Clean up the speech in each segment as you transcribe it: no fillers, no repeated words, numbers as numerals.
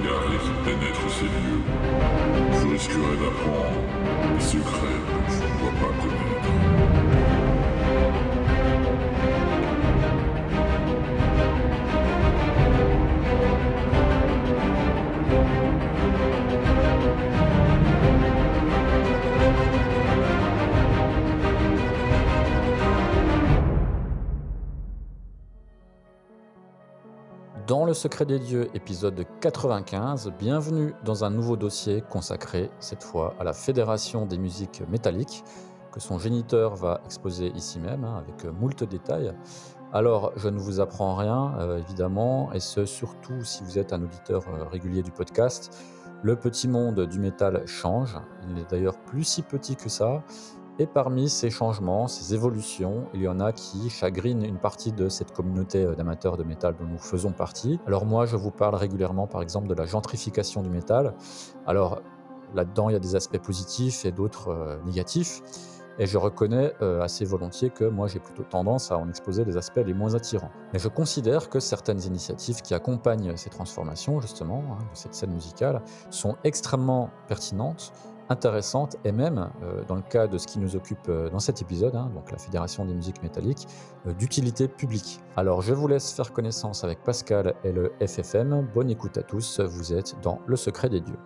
égaré qui pénètre ces lieux, je risquerais d'apprendre des secrets que je ne dois pas connaître. Dans le secret des dieux, épisode 95, bienvenue dans un nouveau dossier consacré, cette fois, à la Fédération des musiques métalliques, que son géniteur va exposer ici même, avec moult détails. Alors, je ne vous apprends rien, évidemment, et ce, surtout si vous êtes un auditeur régulier du podcast. Le petit monde du métal change, il n'est d'ailleurs plus si petit que ça, et parmi ces changements, ces évolutions, il y en a qui chagrinent une partie de cette communauté d'amateurs de métal dont nous faisons partie. Alors moi, je vous parle régulièrement, par exemple, de la gentrification du métal. Alors là-dedans, il y a des aspects positifs et d'autres négatifs. Et je reconnais assez volontiers que moi, j'ai plutôt tendance à en exposer les aspects les moins attirants. Mais je considère que certaines initiatives qui accompagnent ces transformations, justement, de cette scène musicale, sont extrêmement pertinentes, intéressante et même, dans le cas de ce qui nous occupe dans cet épisode, donc la Fédération des musiques métalliques, d'utilité publique. Alors je vous laisse faire connaissance avec Pascal et le FFM. Bonne écoute à tous, vous êtes dans le secret des dieux.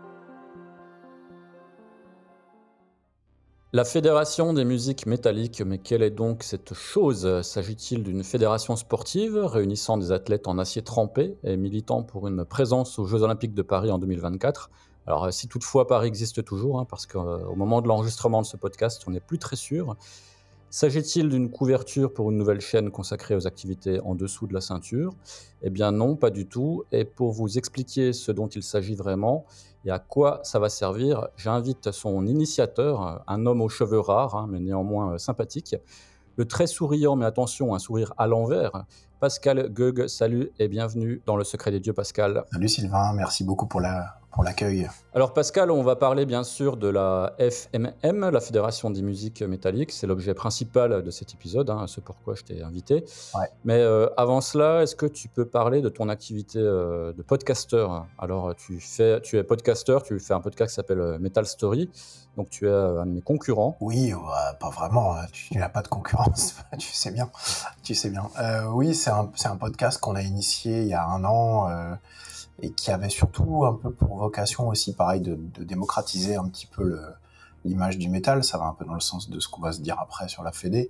La Fédération des musiques métalliques, mais quelle est donc cette chose ? S'agit-il d'une fédération sportive réunissant des athlètes en acier trempé et militant pour une présence aux Jeux Olympiques de Paris en 2024 ? Alors, si toutefois Paris existe toujours, parce qu'au moment de l'enregistrement de ce podcast, on n'est plus très sûr. S'agit-il d'une couverture pour une nouvelle chaîne consacrée aux activités en dessous de la ceinture ? Eh bien non, pas du tout. Et pour vous expliquer ce dont il s'agit vraiment et à quoi ça va servir, j'invite son initiateur, un homme aux cheveux rares, mais néanmoins sympathique, le très souriant, mais attention, un sourire à l'envers, Pascal Goeg. Salut et bienvenue dans le secret des dieux, Pascal. Salut Sylvain, merci beaucoup pour l'accueil. Alors Pascal, on va parler bien sûr de la FMM, la Fédération des musiques métalliques. C'est l'objet principal de cet épisode, ce pourquoi je t'ai invité. Ouais. Mais avant cela, est-ce que tu peux parler de ton activité de podcasteur ? Alors tu es podcasteur, tu fais un podcast qui s'appelle Metal Story, donc tu es un de mes concurrents. Oui, pas vraiment, tu n'as pas de concurrence, tu sais bien. Oui, c'est un podcast qu'on a initié il y a 1 an, et qui avait surtout un peu pour vocation aussi, pareil, de démocratiser un petit peu l'image du métal. Ça va un peu dans le sens de ce qu'on va se dire après sur la Fédé.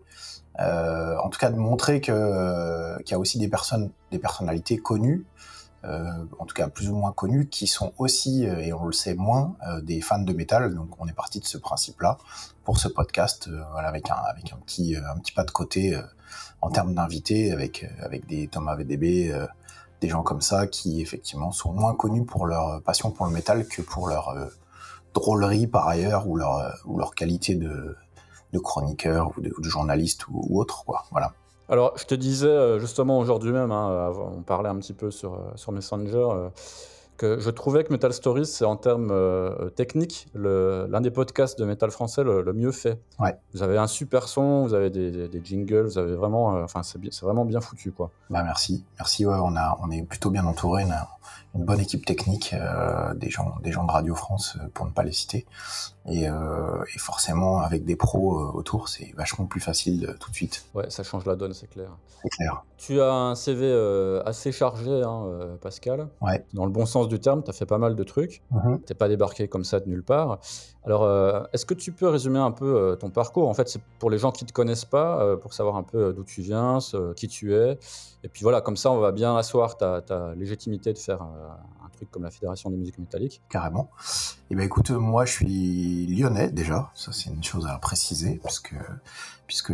En tout cas, de montrer qu'il y a aussi des personnalités connues, en tout cas plus ou moins connues, qui sont aussi, et on le sait moins, des fans de métal. Donc on est parti de ce principe-là pour ce podcast, voilà, avec un petit pas de côté en termes d'invités, avec des Thomas VDB, des gens comme ça qui effectivement sont moins connus pour leur passion pour le métal que pour leur drôlerie par ailleurs, ou leur qualité de chroniqueur ou de journaliste ou autre, quoi. Voilà. Alors je te disais justement aujourd'hui même, on parlait un petit peu sur Messenger, que je trouvais que Metal Stories, c'est en termes techniques l'un des podcasts de métal français le mieux fait. Ouais. Vous avez un super son, vous avez des jingles, vous avez vraiment, c'est vraiment bien foutu, quoi. Bah merci, ouais, on est plutôt bien entouré, on a une bonne équipe technique, des gens de Radio France, pour ne pas les citer, et forcément avec des pros autour, c'est vachement plus facile tout de suite. Ouais, ça change la donne, c'est clair. C'est clair. Tu as un CV assez chargé, Pascal. Ouais. Dans le bon sens du terme, tu as fait pas mal de trucs. T'es pas débarqué comme ça de nulle part. Alors, est-ce que tu peux résumer un peu ton parcours ? En fait, c'est pour les gens qui te connaissent pas, pour savoir un peu d'où tu viens, qui tu es. Et puis voilà, comme ça, on va bien asseoir ta légitimité de faire un truc comme la Fédération des musiques métalliques. Carrément. Et ben écoute, moi je suis lyonnais déjà, ça c'est une chose à préciser, puisque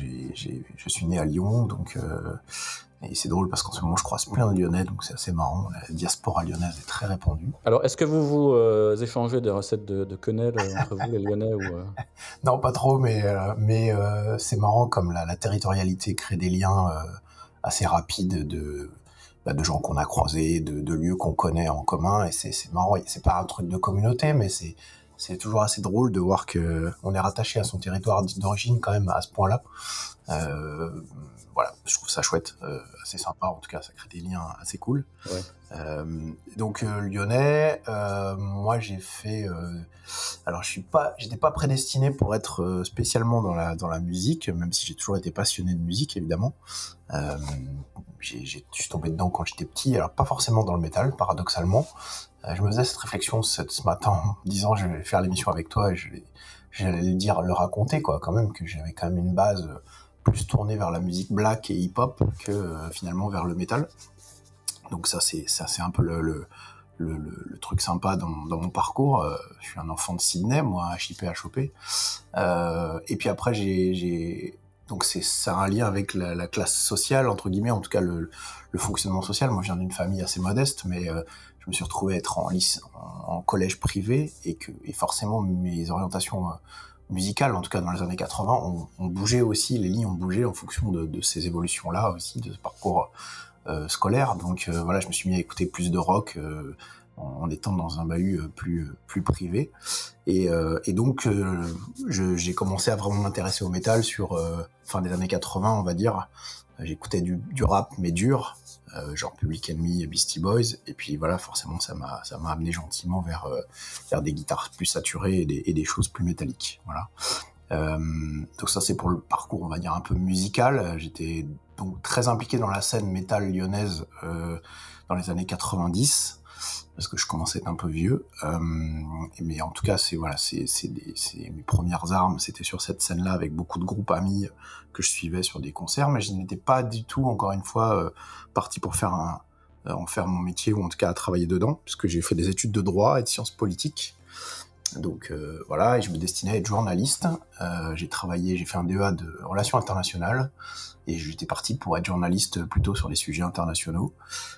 je suis né à Lyon, donc et c'est drôle parce qu'en ce moment je croise plein de Lyonnais, donc c'est assez marrant. La diaspora lyonnaise est très répandue. Alors, est-ce que vous échangez des recettes de quenelle entre vous, les Lyonnais ou Non, pas trop, mais c'est marrant comme la territorialité crée des liens assez rapides de gens qu'on a croisés, de lieux qu'on connaît en commun, et c'est marrant. C'est pas un truc de communauté, mais c'est toujours assez drôle de voir que on est rattaché à son territoire d'origine quand même à ce point-là. Voilà, je trouve ça chouette, assez sympa. En tout cas, ça crée des liens assez cool. Ouais. Donc lyonnais, moi j'ai fait. Alors j'étais pas prédestiné pour être spécialement dans la musique, même si j'ai toujours été passionné de musique évidemment. Euh, je suis tombé dedans quand j'étais petit, alors pas forcément dans le métal, paradoxalement. Je me faisais cette réflexion ce matin en me disant je vais faire l'émission avec toi et j'allais le raconter quoi, quand même, que j'avais quand même une base plus tournée vers la musique black et hip-hop que finalement vers le métal. Donc ça c'est un peu le truc sympa dans mon parcours. Je suis un enfant de Sydney, moi, HIP, HOP. Et puis après, donc c'est un lien avec la classe sociale, entre guillemets, en tout cas le fonctionnement social. Moi, je viens d'une famille assez modeste, mais je me suis retrouvé être en collège privé et forcément mes orientations musicales, en tout cas dans les années 80, ont bougé aussi, les lignes ont bougé en fonction de ces évolutions-là aussi, de ce parcours scolaire. Donc voilà, je me suis mis à écouter plus de rock en étant dans un bahut plus privé. Et donc j'ai commencé à vraiment m'intéresser au métal sur fin des années 80, on va dire. J'écoutais du rap mais dur, genre Public Enemy, Beastie Boys, et puis voilà, forcément ça m'a amené gentiment vers des guitares plus saturées et des choses plus métalliques. Voilà. Donc ça c'est pour le parcours, on va dire, un peu musical. J'étais donc très impliqué dans la scène métal lyonnaise dans les années 90, parce que je commençais à être un peu vieux. Mais en tout cas, c'est mes premières armes, c'était sur cette scène-là, avec beaucoup de groupes amis que je suivais sur des concerts, mais je n'étais pas du tout, encore une fois, parti pour en faire mon métier, ou en tout cas à travailler dedans, puisque j'ai fait des études de droit et de sciences politiques. Donc voilà, et je me destinais à être journaliste. J'ai fait un DEA de relations internationales, et j'étais parti pour être journaliste plutôt sur les sujets internationaux.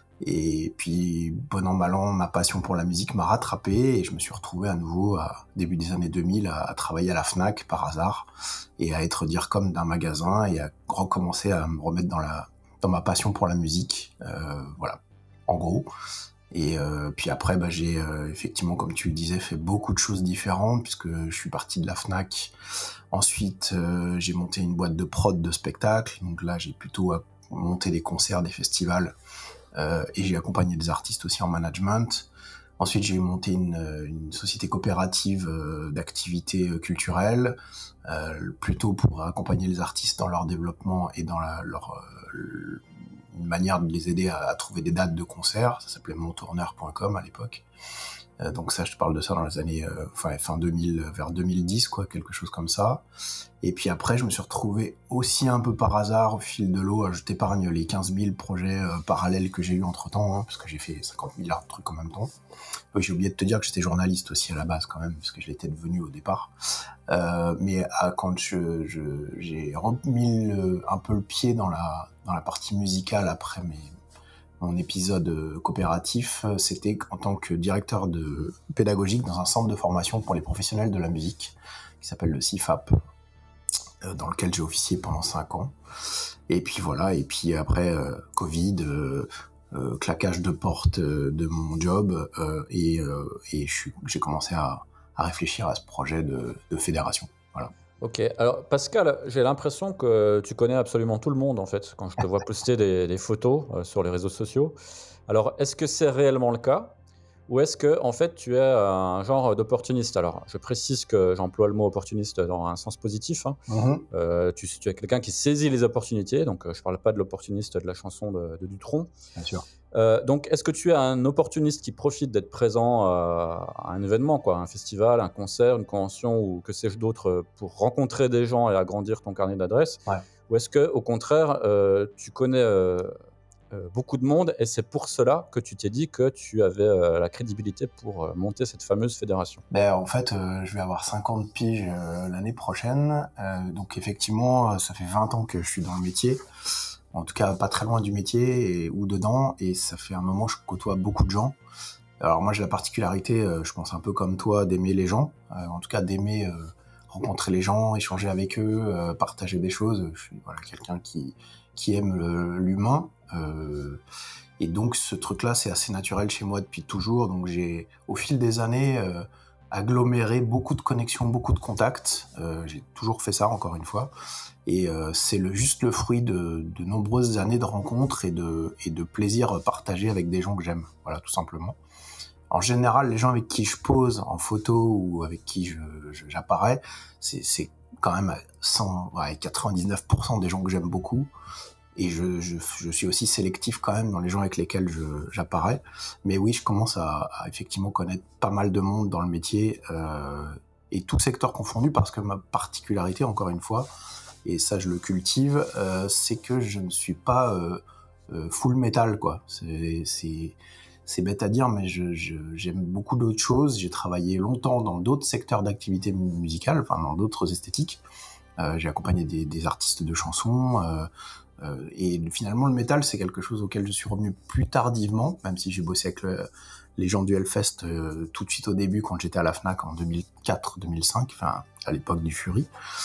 Et puis, bon an, mal an, ma passion pour la musique m'a rattrapé, et je me suis retrouvé à nouveau, début des années 2000, à travailler à la Fnac par hasard, et à être DIRCOM d'un magasin, et à recommencer à me remettre dans ma passion pour la musique. Voilà, en gros. Et puis après, j'ai effectivement, comme tu le disais, fait beaucoup de choses différentes, puisque je suis parti de la Fnac. Ensuite, j'ai monté une boîte de prod de spectacles. Donc là, j'ai plutôt monté des concerts, des festivals, et j'ai accompagné des artistes aussi en management. Ensuite, j'ai monté une société coopérative d'activités culturelles, plutôt pour accompagner les artistes dans leur développement et dans une manière de les aider à trouver des dates de concert. Ça s'appelait montourneur.com à l'époque. Donc ça, je te parle de ça dans les années fin 2000, vers 2010, quoi, quelque chose comme ça. Et puis après, je me suis retrouvé aussi un peu par hasard, au fil de l'eau. Je t'épargne les 15 000 projets parallèles que j'ai eu entre-temps, hein, parce que j'ai fait 50 milliards de trucs en même temps. Oui, j'ai oublié de te dire que j'étais journaliste aussi à la base quand même, parce que je l'étais devenu au départ. Mais quand j'ai remis un peu le pied dans la partie musicale après mon épisode coopératif, c'était en tant que directeur pédagogique dans un centre de formation pour les professionnels de la musique, qui s'appelle le CIFAP, dans lequel j'ai officié pendant 5 ans. Et puis voilà, et puis après, Covid, claquage de porte de mon job, et j'ai commencé à réfléchir à ce projet de fédération. Voilà. Ok, alors Pascal, j'ai l'impression que tu connais absolument tout le monde en fait, quand je te vois poster des photos sur les réseaux sociaux. Alors, est-ce que c'est réellement le cas? Ou est-ce que en fait tu es un genre d'opportuniste? Alors, je précise que j'emploie le mot opportuniste dans un sens positif, hein. Tu es quelqu'un qui saisit les opportunités, donc je ne parle pas de l'opportuniste de la chanson de Dutronc. Bien sûr. Donc, est-ce que tu es un opportuniste qui profite d'être présent à un événement, quoi, un festival, un concert, une convention ou que sais-je d'autre, pour rencontrer des gens et agrandir ton carnet d'adresses? Ouais. Ou est-ce que, au contraire, tu connais beaucoup de monde et c'est pour cela que tu t'es dit que tu avais la crédibilité pour monter cette fameuse fédération? En fait, je vais avoir 50 piges l'année prochaine. Donc effectivement, ça fait 20 ans que je suis dans le métier. En tout cas, pas très loin du métier ou dedans. Et ça fait un moment que je côtoie beaucoup de gens. Alors moi, j'ai la particularité, je pense un peu comme toi, d'aimer les gens. En tout cas, d'aimer rencontrer les gens, échanger avec eux, partager des choses. Je suis quelqu'un qui aime l'humain. Et donc ce truc-là, c'est assez naturel chez moi depuis toujours. Donc au fil des années, agglomérer beaucoup de connexions, beaucoup de contacts. J'ai toujours fait ça, encore une fois. Et c'est juste le fruit de nombreuses années de rencontres et de plaisir partagé avec des gens que j'aime. Voilà, tout simplement. En général, les gens avec qui je pose en photo ou avec qui j'apparais, c'est quand même 99% des gens que j'aime beaucoup. Et je suis aussi sélectif quand même dans les gens avec lesquels j'apparais. Mais oui, je commence à effectivement connaître pas mal de monde dans le métier, et tout secteur confondu, parce que ma particularité, encore une fois, et ça je le cultive, c'est que je ne suis pas full metal, quoi. C'est bête à dire, mais j'aime beaucoup d'autres choses. J'ai travaillé longtemps dans d'autres secteurs d'activité musicale, enfin dans d'autres esthétiques. J'ai accompagné des artistes de chansons, et finalement le métal, c'est quelque chose auquel je suis revenu plus tardivement, même si j'ai bossé avec les gens du Hellfest tout de suite au début, quand j'étais à la Fnac en 2004-2005, enfin à l'époque du Fury.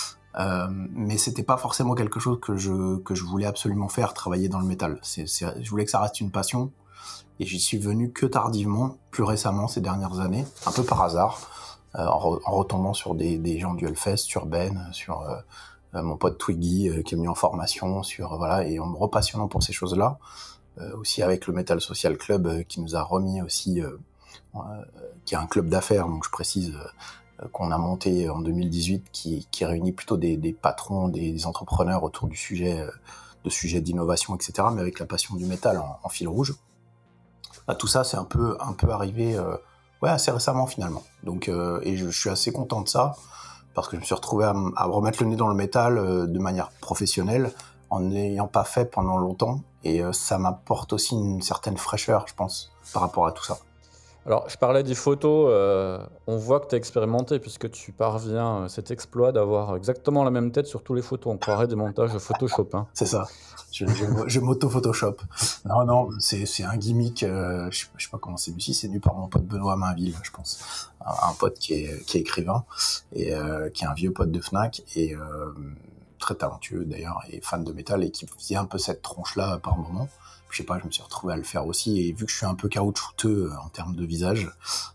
Mais c'était pas forcément quelque chose que je voulais absolument faire, travailler dans le métal. Je voulais que ça reste une passion, et j'y suis venu que tardivement, plus récemment, ces dernières années, un peu par hasard, en retombant sur des gens du Hellfest, sur Ben, sur mon pote Twiggy qui est venu en formation, voilà, et en me repassionnant pour ces choses-là, aussi avec le Metal Social Club qui nous a remis aussi, qui est un club d'affaires, donc je précise, qu'on a monté en 2018, qui réunit plutôt des patrons, des entrepreneurs autour de sujets d'innovation, etc., mais avec la passion du métal en fil rouge. Tout ça, c'est un peu arrivé assez récemment, finalement. Donc, et je suis assez content de ça, parce que je me suis retrouvé à remettre le nez dans le métal de manière professionnelle, en n'ayant pas fait pendant longtemps, et ça m'apporte aussi une certaine fraîcheur, je pense, par rapport à tout ça. Alors, je parlais des photos, on voit que tu as expérimenté, puisque tu parviens, cet exploit d'avoir exactement la même tête sur tous les photos. On croirait des montages Photoshop, hein. C'est ça. Je m'auto-photoshop. Non, c'est un gimmick. Je sais pas comment c'est venu. C'est venu par mon pote Benoît Mainville, je pense. Un pote qui est écrivain, et qui est un vieux pote de Fnac, et très talentueux d'ailleurs, et fan de métal, et qui faisait un peu cette tronche-là par moment. Je sais pas, je me suis retrouvé à le faire aussi, et vu que je suis un peu caoutchouteux en termes de visage,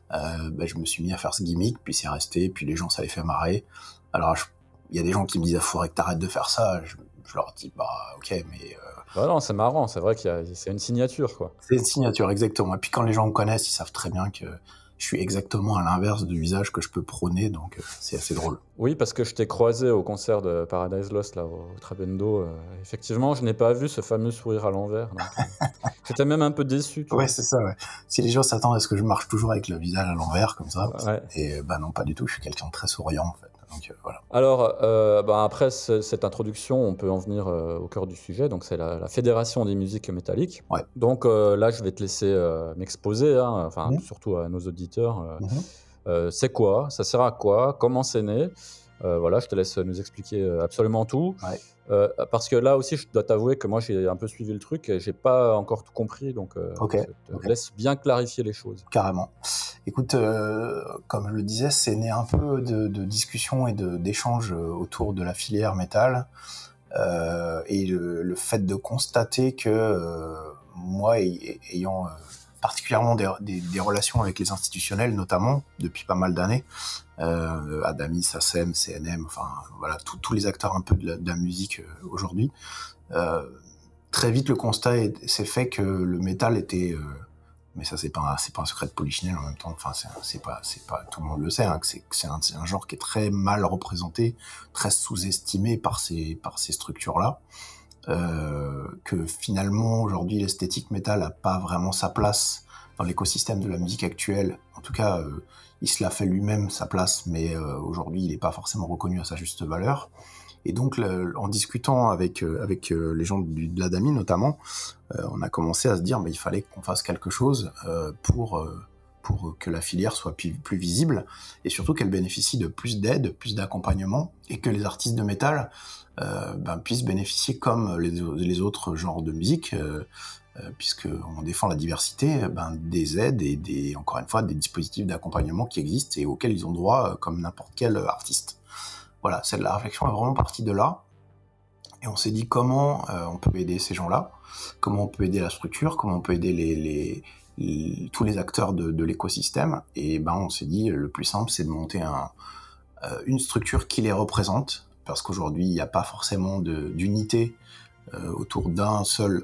je me suis mis à faire ce gimmick, puis c'est resté, puis les gens, ça les fait marrer. Alors, il y a des gens qui me disent, faudrait que t'arrêtes de faire ça. Je leur dis, ok, mais... Bah non, c'est marrant, c'est vrai c'est une signature, quoi. C'est une signature, exactement. Et puis quand les gens me connaissent, ils savent très bien que je suis exactement à l'inverse du visage que je peux prôner, donc c'est assez drôle. Oui, parce que je t'ai croisé au concert de Paradise Lost, là, au Trabendo. Effectivement, je n'ai pas vu ce fameux sourire à l'envers. Donc, j'étais même un peu déçu, tu vois. Ouais, c'est ça, ouais. Si les gens s'attendent à ce que je marche toujours avec le visage à l'envers, comme ça, Ouais. et non, pas du tout, je suis quelqu'un de très souriant, en fait. Donc voilà. Alors, après cette introduction, on peut en venir au cœur du sujet. Donc, c'est la Fédération des musiques métalliques. Ouais. Donc, là, je vais te laisser m'exposer, hein, enfin, surtout à nos auditeurs. C'est quoi? Ça sert à quoi? Comment c'est né? Voilà, je te laisse nous expliquer absolument tout. Ouais. Parce que là aussi, je dois t'avouer que moi, j'ai un peu suivi le truc et j'ai pas encore tout compris. Donc, Ok. je te laisse bien clarifier les choses. Carrément. Écoute, comme je le disais, c'est né un peu de discussions et d'échanges autour de la filière métal, et le fait de constater que moi, ayant particulièrement des relations avec les institutionnels, notamment depuis pas mal d'années, Adamis, ASEM, CNM, enfin voilà, tous les acteurs un peu de la musique aujourd'hui, très vite le constat s'est fait que le métal était mais ça c'est pas un secret de polichinelle en même temps, enfin c'est pas tout le monde le sait, hein, que c'est un genre qui est très mal représenté, très sous-estimé par ces structures là, que finalement aujourd'hui l'esthétique métal a pas vraiment sa place dans l'écosystème de la musique actuelle. En tout cas, il se l'a fait lui-même sa place, mais aujourd'hui il est pas forcément reconnu à sa juste valeur. Et donc, en discutant avec les gens de l'ADAMI notamment, on a commencé à se dire il fallait qu'on fasse quelque chose pour que la filière soit plus visible, et surtout qu'elle bénéficie de plus d'aide, plus d'accompagnement, et que les artistes de métal puissent bénéficier comme les autres genres de musique, puisqu'on défend la diversité, des aides et encore une fois des dispositifs d'accompagnement qui existent et auxquels ils ont droit comme n'importe quel artiste. Voilà, la réflexion est vraiment partie de là, et on s'est dit comment on peut aider ces gens-là, comment on peut aider la structure, comment on peut aider tous les acteurs de l'écosystème. Et ben, on s'est dit, le plus simple, c'est de monter une structure qui les représente, parce qu'aujourd'hui, il n'y a pas forcément d'unité autour d'un seul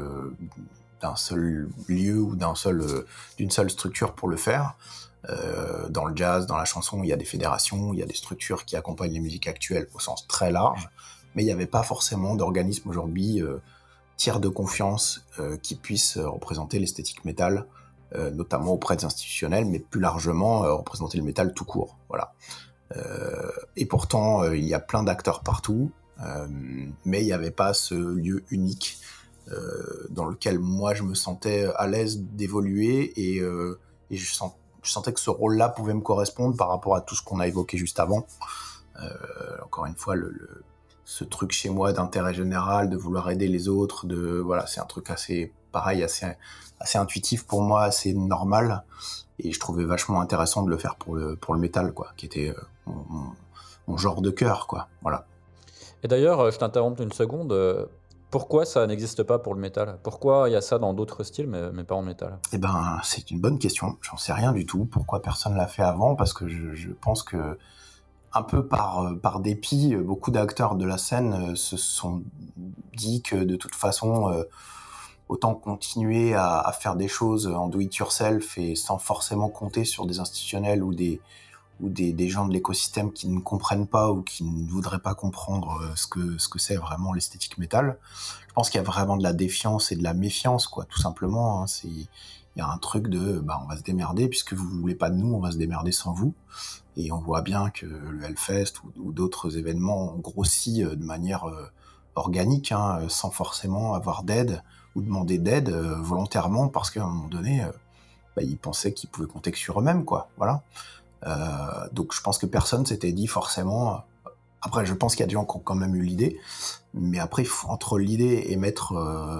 lieu ou d'une seule structure pour le faire. Dans le jazz, dans la chanson, il y a des fédérations, il y a des structures qui accompagnent les musiques actuelles au sens très large, mais il n'y avait pas forcément d'organisme aujourd'hui tiers de confiance qui puisse représenter l'esthétique métal, notamment auprès des institutionnels, mais plus largement représenter le métal tout court. Voilà. Et pourtant, il y a plein d'acteurs partout, mais il n'y avait pas ce lieu unique dans lequel moi je me sentais à l'aise d'évoluer et je sentais que ce rôle-là pouvait me correspondre par rapport à tout ce qu'on a évoqué juste avant. Encore une fois, ce truc chez moi d'intérêt général, de vouloir aider les autres, voilà, c'est un truc assez intuitif pour moi, assez normal, et je trouvais vachement intéressant de le faire pour le métal, quoi, qui était mon genre de cœur, quoi. Voilà. Et d'ailleurs, je t'interromps une seconde. Pourquoi ça n'existe pas pour le métal? Pourquoi il y a ça dans d'autres styles, mais pas en métal? Eh ben, c'est une bonne question. J'en sais rien du tout. Pourquoi personne l'a fait avant? Parce que je pense que, un peu par dépit, beaucoup d'acteurs de la scène se sont dit que de toute façon, autant continuer à faire des choses en do-it-yourself et sans forcément compter sur des institutionnels ou des gens de l'écosystème qui ne comprennent pas ou qui ne voudraient pas comprendre ce que c'est vraiment l'esthétique métal. Je pense qu'il y a vraiment de la défiance et de la méfiance, quoi, tout simplement. Hein. Il y a un truc de on va se démerder, puisque vous voulez pas de nous, on va se démerder sans vous. Et on voit bien que le Hellfest ou d'autres événements ont grossi de manière organique, hein, sans forcément avoir d'aide ou demander d'aide volontairement, parce qu'à un moment donné, ils pensaient qu'ils pouvaient compter que sur eux-mêmes, quoi. Voilà. Donc je pense que personne s'était dit forcément. Après, je pense qu'il y a des gens qui ont quand même eu l'idée, mais après, entre l'idée et mettre,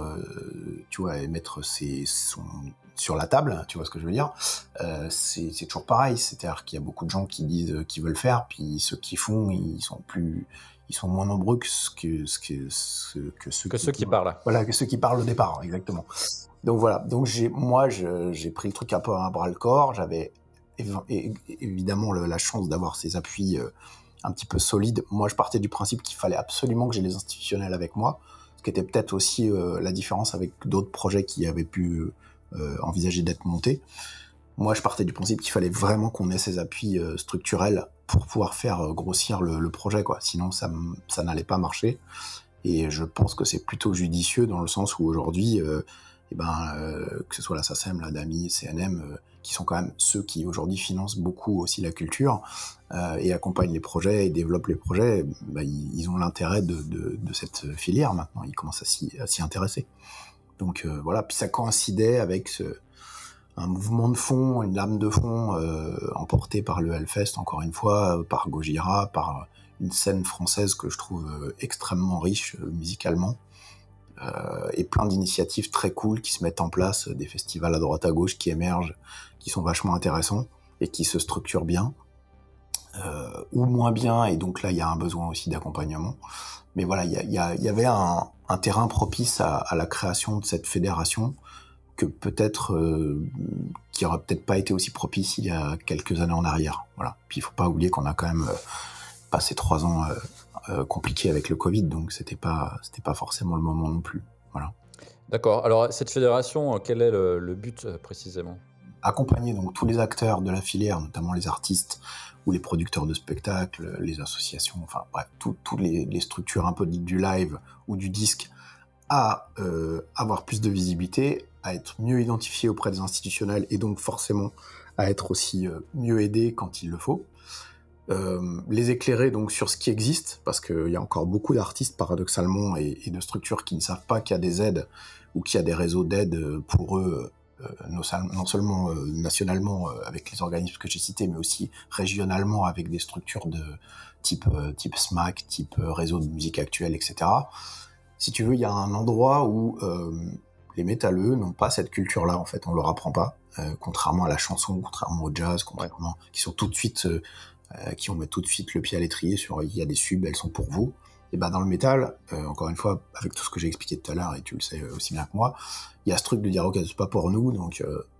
sur la table, tu vois ce que je veux dire, c'est toujours pareil. C'est-à-dire qu'il y a beaucoup de gens qui disent qu'ils veulent faire, puis ceux qui font, ils sont moins nombreux que ceux qui parlent. Voilà, que ceux qui parlent au départ, exactement. Donc voilà. Donc j'ai pris le truc un peu à bras le corps. J'avais évidemment la chance d'avoir ces appuis un petit peu solides. Moi, je partais du principe qu'il fallait absolument que j'ai les institutionnels avec moi, ce qui était peut-être aussi la différence avec d'autres projets qui avaient pu envisager d'être montés. Moi, je partais du principe qu'il fallait vraiment qu'on ait ces appuis structurels pour pouvoir faire grossir le projet, quoi. Sinon, ça n'allait pas marcher. Et je pense que c'est plutôt judicieux dans le sens où aujourd'hui, que ce soit la SACEM, la DAMI, CNM, qui sont quand même ceux qui aujourd'hui financent beaucoup aussi la culture et accompagnent les projets et développent les projets, ils ont l'intérêt de cette filière maintenant. Ils commencent à s'y intéresser. Donc voilà, puis ça coïncidait avec un mouvement de fond, une lame de fond emportée par le Hellfest, encore une fois, par Gojira, par une scène française que je trouve extrêmement riche musicalement. Et plein d'initiatives très cool qui se mettent en place, des festivals à droite à gauche qui émergent, qui sont vachement intéressants et qui se structurent bien, ou moins bien, et donc là il y a un besoin aussi d'accompagnement. Mais voilà, il y avait un terrain propice à la création de cette fédération que peut-être qui aurait peut-être pas été aussi propice il y a quelques années en arrière. Voilà. Puis il faut pas oublier qu'on a quand même passé 3 ans compliqués avec le Covid, donc c'était pas forcément le moment non plus. Voilà. D'accord. Alors cette fédération, quel est le but précisément? Accompagner donc tous les acteurs de la filière, notamment les artistes ou les producteurs de spectacles, les associations, enfin bref, toutes les structures un peu du live ou du disque, à avoir plus de visibilité, à être mieux identifiés auprès des institutionnels et donc forcément à être aussi mieux aidés quand il le faut. Les éclairer donc sur ce qui existe, parce qu'il y a encore beaucoup d'artistes paradoxalement et de structures qui ne savent pas qu'il y a des aides ou qu'il y a des réseaux d'aide pour eux, non seulement nationalement avec les organismes que j'ai cités, mais aussi régionalement avec des structures de type SMAC, type réseau de musique actuelle, etc. Si tu veux, il y a un endroit où les métalleux n'ont pas cette culture-là, en fait, on leur apprend pas, contrairement à la chanson, contrairement au jazz, qui sont tout de suite qui ont mis tout de suite le pied à l'étrier sur il y a des subs, elles sont pour vous. Et dans le métal, encore une fois, avec tout ce que j'ai expliqué tout à l'heure, et tu le sais aussi bien que moi, il y a ce truc de dire ok, c'est pas pour nous, donc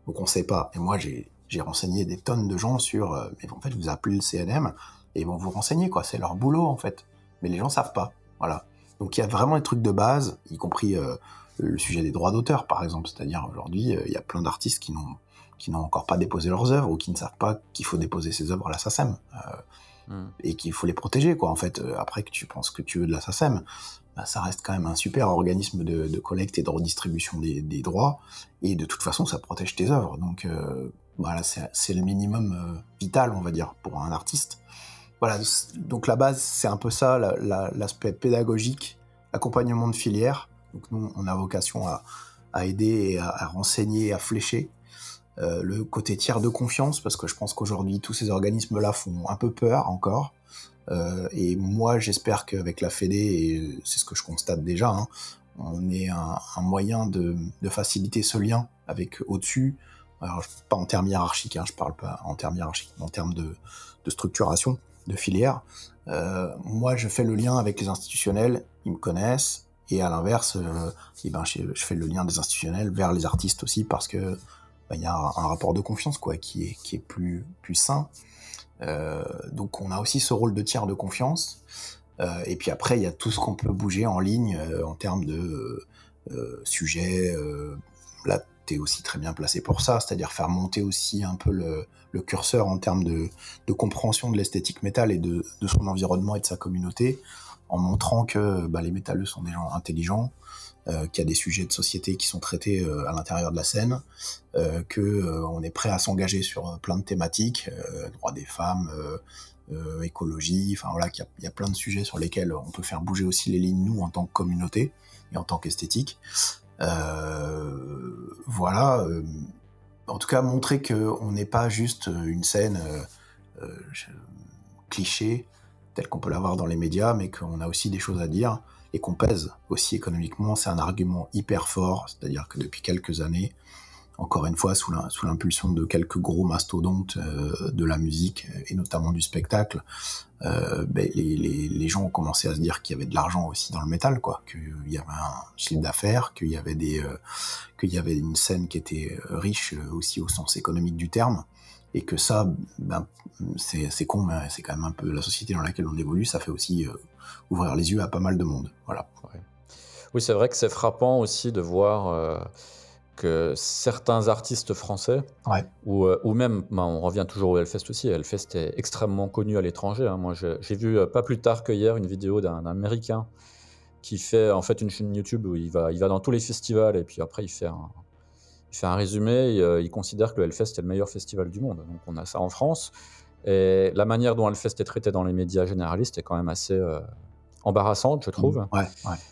Donc on sait pas. Et moi, j'ai renseigné des tonnes de gens sur, mais en fait, vous appelez le CNM et ils vont vous renseigner, quoi. C'est leur boulot, en fait. Mais les gens savent pas. Voilà. Donc il y a vraiment des trucs de base, y compris le sujet des droits d'auteur, par exemple. C'est-à-dire, aujourd'hui, il y a plein d'artistes qui n'ont encore pas déposé leurs œuvres ou qui ne savent pas qu'il faut déposer ses œuvres à la SACEM. Et qu'il faut les protéger, quoi. En fait, après que tu penses que tu veux de la SACEM, bah, ça reste quand même un super organisme de collecte et de redistribution des droits, et de toute façon, ça protège tes œuvres. Donc, voilà, c'est le minimum vital, on va dire, pour un artiste. Voilà, donc la base, c'est un peu ça, l'aspect pédagogique, accompagnement de filière. Donc nous, on a vocation à aider et à renseigner, à flécher. Le côté tiers de confiance, parce que je pense qu'aujourd'hui, tous ces organismes-là font un peu peur encore. Et moi, j'espère qu'avec la Fédé, et c'est ce que je constate déjà, hein, on est un moyen de faciliter ce lien avec au-dessus. Alors, pas en termes hiérarchiques, hein, je parle pas en termes hiérarchiques, mais en termes de structuration, de filière. Moi, je fais le lien avec les institutionnels, ils me connaissent, et à l'inverse, je fais le lien des institutionnels vers les artistes aussi, parce que il y a un rapport de confiance, quoi, qui est plus sain. Donc on a aussi ce rôle de tiers de confiance. Et puis après, il y a tout ce qu'on peut bouger en ligne en termes de sujets. Là, tu es aussi très bien placé pour ça, c'est-à-dire faire monter aussi un peu le curseur en termes de compréhension de l'esthétique métal et de son environnement et de sa communauté, en montrant que les métalleux sont des gens intelligents, qu'il y a des sujets de société qui sont traités à l'intérieur de la scène, qu'on est prêt à s'engager sur plein de thématiques, droits des femmes, écologie, enfin voilà, qu'il y a plein de sujets sur lesquels on peut faire bouger aussi les lignes, nous, en tant que communauté et en tant qu'esthétique. Voilà. En tout cas, montrer qu'on n'est pas juste une scène cliché, telle qu'on peut l'avoir dans les médias, mais qu'on a aussi des choses à dire, et qu'on pèse aussi économiquement, c'est un argument hyper fort. C'est-à-dire que depuis quelques années, encore une fois sous l'impulsion de quelques gros mastodontes de la musique et notamment du spectacle, les gens ont commencé à se dire qu'il y avait de l'argent aussi dans le métal, quoi, qu'il y avait un chiffre d'affaires, qu'il y avait une scène qui était riche aussi au sens économique du terme, et que ça, c'est con, mais c'est quand même un peu la société dans laquelle on évolue. Ça fait aussi ouvrir les yeux à pas mal de monde. Voilà. Ouais. Oui, c'est vrai que c'est frappant aussi de voir que certains artistes français, Ouais. ou même, on revient toujours au Hellfest aussi. Hellfest est extrêmement connu à l'étranger, hein. Moi, j'ai vu pas plus tard que hier une vidéo d'un Américain qui fait en fait une chaîne YouTube où il va dans tous les festivals, et puis après il fait un résumé. Il considère que le Hellfest est le meilleur festival du monde. Donc on a ça en France. Et la manière dont Hellfest est traité dans les médias généralistes est quand même assez embarrassante, je trouve. Ouais.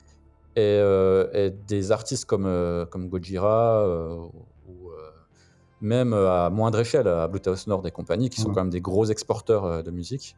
Et des artistes comme Gojira, ou même à moindre échelle, à Bluetooth Nord et compagnie, qui sont quand même des gros exportateurs de musique,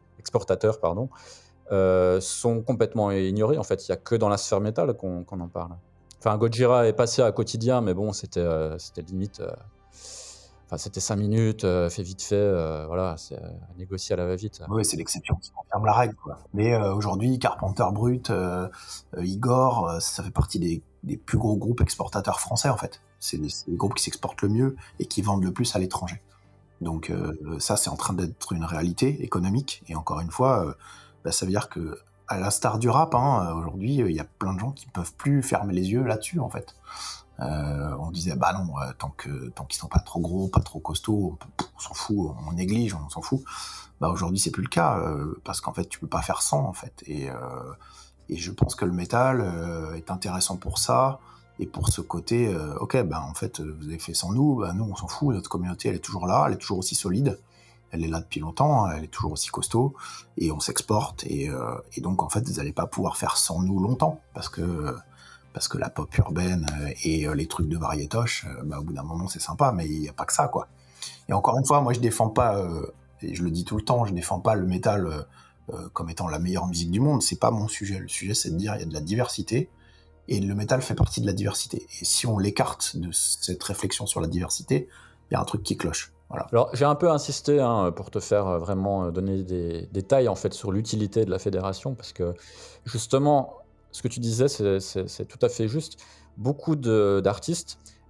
sont complètement ignorés. En fait, il n'y a que dans la sphère métal qu'on en parle. Enfin, Gojira est passé à quotidien, mais bon, c'était limite. C'était 5 minutes, fait vite fait, voilà, c'est à négocier à la va-vite. Oui, c'est l'exception qui confirme la règle, quoi. Mais aujourd'hui, Carpenter Brut, Igor, ça fait partie des plus gros groupes exportateurs français, en fait. C'est les groupes qui s'exportent le mieux et qui vendent le plus à l'étranger. Donc ça, c'est en train d'être une réalité économique. Et encore une fois, ça veut dire que, à l'instar du rap, hein, aujourd'hui, il y a plein de gens qui peuvent plus fermer les yeux là-dessus, en fait. On disait non, tant qu'ils sont pas trop gros, pas trop costauds, on s'en fout, on néglige, on s'en fout. Aujourd'hui c'est plus le cas, parce qu'en fait tu peux pas faire sans, en fait, et je pense que le métal est intéressant pour ça, et pour ce côté en fait vous avez fait sans nous, nous on s'en fout, notre communauté elle est toujours là, elle est toujours aussi solide, elle est là depuis longtemps, elle est toujours aussi costaud, et on s'exporte, et donc en fait vous allez pas pouvoir faire sans nous longtemps, parce que la pop urbaine et les trucs de variétoche, au bout d'un moment c'est sympa, mais il n'y a pas que ça, quoi. Et encore une fois, moi je défends pas, et je le dis tout le temps, je défends pas le métal comme étant la meilleure musique du monde, c'est pas mon sujet. Le sujet c'est de dire il y a de la diversité, et le métal fait partie de la diversité. Et si on l'écarte de cette réflexion sur la diversité, il y a un truc qui cloche. Voilà. Alors j'ai un peu insisté pour te faire vraiment donner des détails en fait sur l'utilité de la fédération, parce que justement ce que tu disais c'est tout à fait juste. Beaucoup d'artistes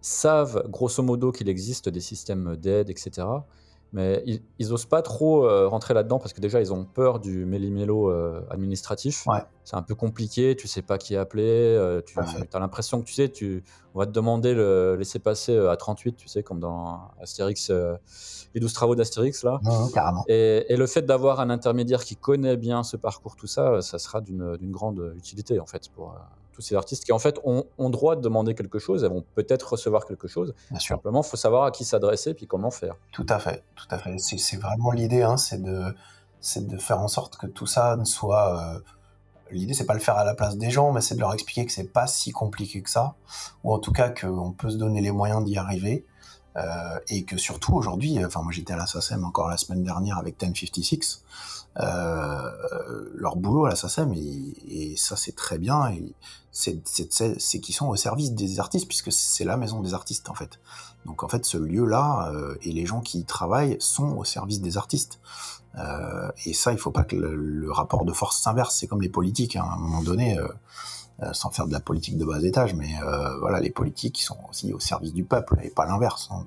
savent grosso modo qu'il existe des systèmes d'aide, etc. Mais ils osent pas trop rentrer là-dedans parce que déjà ils ont peur du méli-mélo administratif. Ouais, C'est un peu compliqué, tu sais pas qui appeler, tout à fait. tu as l'impression que on va te demander le laissez-passer à 38, tu sais, comme dans Astérix, les 12 travaux d'Astérix là. Carrément. Et le fait d'avoir un intermédiaire qui connaît bien ce parcours, tout ça, ça sera d'une grande utilité en fait pour tous ces artistes qui en fait ont droit de demander quelque chose, elles vont peut-être recevoir quelque chose. Bien sûr. Simplement, il faut savoir à qui s'adresser puis comment faire. Tout à fait, tout à fait. C'est vraiment l'idée, hein, c'est de faire en sorte que tout ça ne soit. L'idée, c'est pas le faire à la place des gens, mais c'est de leur expliquer que c'est pas si compliqué que ça, ou en tout cas qu'on peut se donner les moyens d'y arriver, et que surtout aujourd'hui, enfin moi j'étais à la SACEM encore la semaine dernière avec 1056, leur boulot à la SACEM, et ça c'est très bien, et c'est qu'ils sont au service des artistes, puisque c'est la maison des artistes en fait. Donc en fait ce lieu-là, et les gens qui y travaillent sont au service des artistes. Et ça, il faut pas que le rapport de force s'inverse. C'est comme les politiques, hein, à un moment donné, sans faire de la politique de bas étage, mais voilà, les politiques qui sont aussi au service du peuple et pas l'inverse. Hein.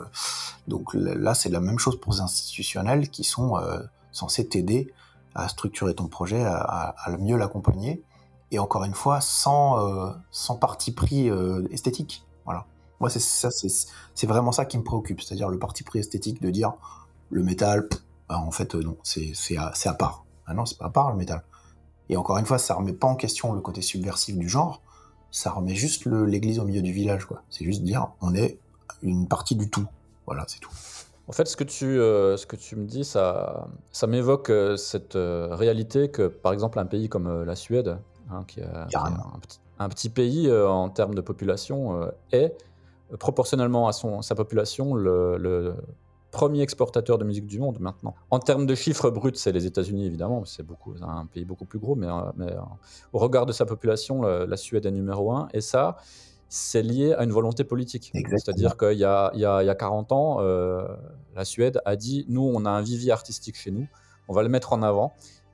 Donc là, c'est la même chose pour les institutionnels qui sont censés t'aider à structurer ton projet, à mieux l'accompagner. Et encore une fois, sans parti pris esthétique. Voilà. Moi, c'est vraiment ça qui me préoccupe, c'est-à-dire le parti pris esthétique de dire le métal. En fait, non, c'est à part. Ah non, c'est pas à part le métal. Et encore une fois, ça remet pas en question le côté subversif du genre, ça remet juste l'église au milieu du village, quoi. C'est juste dire, on est une partie du tout. Voilà, c'est tout. En fait, ce que tu me dis, ça m'évoque cette réalité que, par exemple, un pays comme la Suède, hein, qui est Carrément. un petit pays en termes de population, est proportionnellement à sa population le premier exportateur de musique du monde maintenant. En termes de chiffres bruts, c'est les États-Unis évidemment, c'est un pays beaucoup plus gros, mais au regard de sa population, la Suède est numéro un, et ça, c'est lié à une volonté politique. Exactement. C'est-à-dire qu'il y a 40 ans, la Suède a dit nous, on a un vivier artistique chez nous, on va le mettre en avant,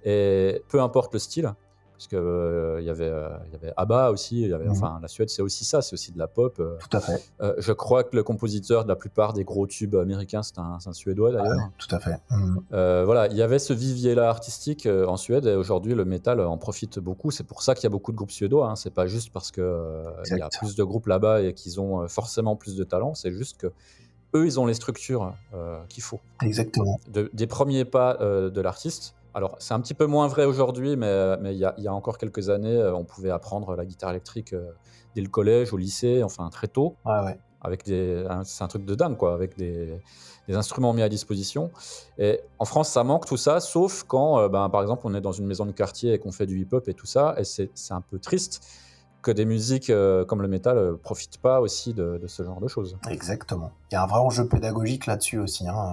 et peu importe le style, parce qu'il y avait ABBA aussi, enfin, la Suède, c'est aussi ça, c'est aussi de la pop. Tout à fait. Je crois que le compositeur de la plupart des gros tubes américains, c'est un Suédois d'ailleurs. Tout à fait. Voilà, il y avait ce vivier-là artistique en Suède, et aujourd'hui, le métal en profite beaucoup. C'est pour ça qu'il y a beaucoup de groupes suédois. Hein. C'est pas juste parce qu'il y a Exact. plus de groupes là-bas et qu'ils ont forcément plus de talent. C'est juste que eux, ils ont les structures qu'il faut. Exactement. Des premiers pas de l'artiste. Alors, c'est un petit peu moins vrai aujourd'hui, mais il y a encore quelques années, on pouvait apprendre la guitare électrique dès le collège, au lycée, enfin très tôt, Ouais. avec c'est un truc de dingue, quoi, avec des instruments mis à disposition. Et en France, ça manque tout ça, sauf quand, par exemple, on est dans une maison de quartier et qu'on fait du hip-hop et tout ça, et c'est un peu triste que des musiques comme le métal profitent pas aussi de ce genre de choses. Exactement. Il y a un vrai enjeu pédagogique là-dessus aussi. Hein.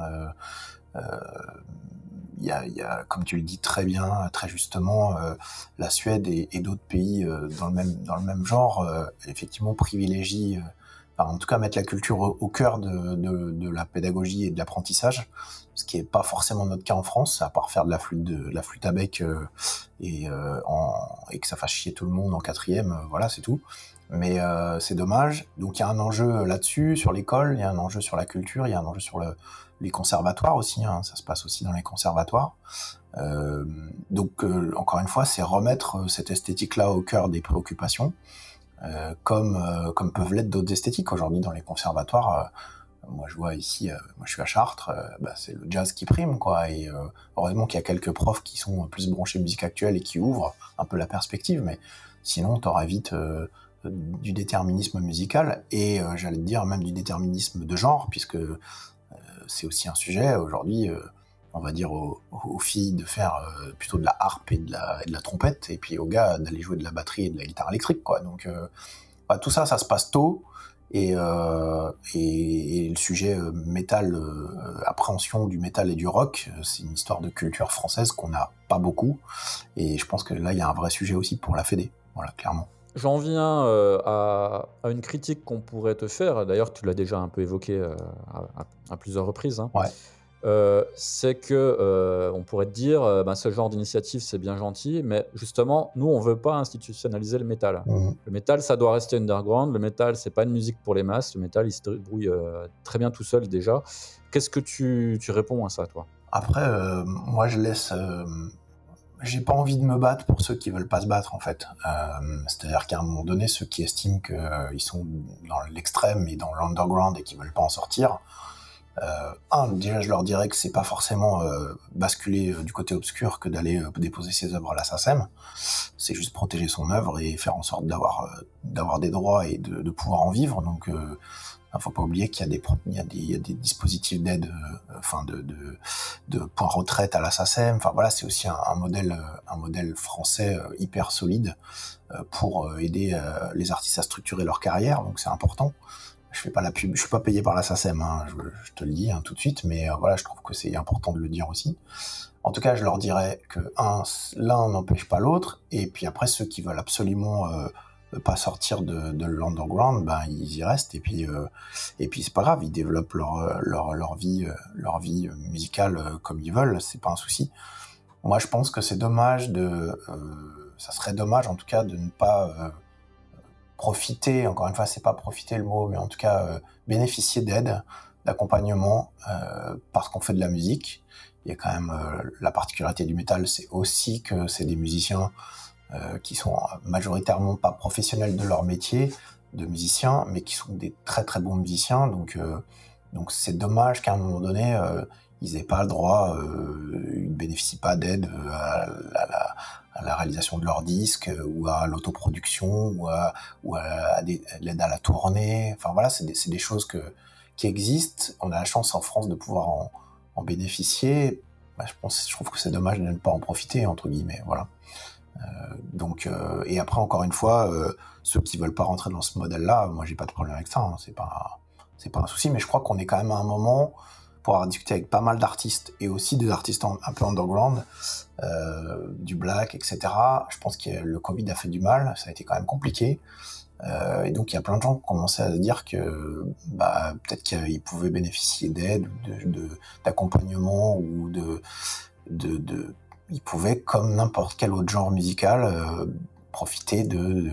Il y a, comme tu le dis très bien, très justement, la Suède et d'autres pays dans le même genre, effectivement, privilégient, enfin, en tout cas, mettre la culture au cœur de la pédagogie et de l'apprentissage, ce qui n'est pas forcément notre cas en France, à part faire de la flûte à bec et que ça fasse chier tout le monde en quatrième, voilà, c'est tout. Mais c'est dommage. Donc il y a un enjeu là-dessus, sur l'école, il y a un enjeu sur la culture, il y a un enjeu sur les conservatoires aussi, hein, ça se passe aussi dans les conservatoires. Donc encore une fois, c'est remettre cette esthétique-là au cœur des préoccupations, comme peuvent l'être d'autres esthétiques aujourd'hui dans les conservatoires. Moi je vois ici, moi je suis à Chartres, c'est le jazz qui prime, quoi. Et heureusement qu'il y a quelques profs qui sont plus branchés musique actuelle et qui ouvrent un peu la perspective, mais sinon t'auras vite du déterminisme musical et j'allais te dire même du déterminisme de genre, puisque c'est aussi un sujet aujourd'hui. On va dire aux filles de faire plutôt de la harpe et de la trompette, et puis aux gars d'aller jouer de la batterie et de la guitare électrique, quoi. Donc tout ça, ça se passe tôt, et le sujet métal, appréhension du métal et du rock, c'est une histoire de culture française qu'on n'a pas beaucoup, et je pense que là, il y a un vrai sujet aussi pour la Fédé, voilà, clairement. J'en viens à une critique qu'on pourrait te faire. D'ailleurs, tu l'as déjà un peu évoqué à plusieurs reprises. Hein. Ouais. c'est que, on pourrait te dire, ce genre d'initiative, c'est bien gentil, mais justement, nous, on veut pas institutionnaliser le métal. Mmh. Le métal, ça doit rester underground. Le métal, c'est pas une musique pour les masses. Le métal, il se débrouille, très bien tout seul déjà. Qu'est-ce que tu réponds à ça, toi? Après, moi, j'ai pas envie de me battre pour ceux qui veulent pas se battre, en fait. C'est-à-dire qu'à un moment donné, ceux qui estiment qu'ils sont dans l'extrême et dans l'underground et qui veulent pas en sortir, déjà, je leur dirais que c'est pas forcément basculer du côté obscur que d'aller déposer ses œuvres à la SACEM. C'est juste protéger son œuvre et faire en sorte d'avoir des droits et de pouvoir en vivre. Donc, faut pas oublier qu'il y a des dispositifs d'aide, de points retraite à la SACEM. Enfin voilà, c'est aussi un modèle français hyper solide pour aider les artistes à structurer leur carrière. Donc c'est important. Je fais pas la pub, je suis pas payé par la SACEM, hein, je te le dis tout de suite, mais voilà, je trouve que c'est important de le dire aussi. En tout cas, je leur dirais que l'un n'empêche pas l'autre, et puis après ceux qui veulent absolument pas sortir de l'underground, ils y restent, et puis c'est pas grave, ils développent leur vie musicale comme ils veulent, c'est pas un souci. Moi, je pense que c'est dommage ça serait dommage en tout cas de ne pas profiter, encore une fois, c'est pas profiter le mot, mais en tout cas bénéficier d'aide, d'accompagnement, parce qu'on fait de la musique. Il y a quand même la particularité du métal, c'est aussi que c'est des musiciens qui sont majoritairement pas professionnels de leur métier de musiciens, mais qui sont des très très bons musiciens. Donc c'est dommage qu'à un moment donné, ils n'aient pas le droit, ils ne bénéficient pas d'aide à la réalisation de leurs disques, ou à l'autoproduction, ou à l'aide à la tournée. Enfin voilà, c'est des choses qui existent. On a la chance en France de pouvoir en bénéficier. Je trouve que c'est dommage de ne pas en profiter, entre guillemets. Voilà. Et après, encore une fois, ceux qui veulent pas rentrer dans ce modèle-là, moi j'ai pas de problème avec ça, hein, c'est pas un souci, mais je crois qu'on est quand même à un moment pour avoir discuté avec pas mal d'artistes et aussi des artistes un peu underground, du black, etc. Je pense que le Covid a fait du mal, ça a été quand même compliqué, et donc il y a plein de gens qui commençaient à se dire que peut-être qu'ils pouvaient bénéficier d'aide, d'accompagnement, ou ils pouvaient, comme n'importe quel autre genre musical, profiter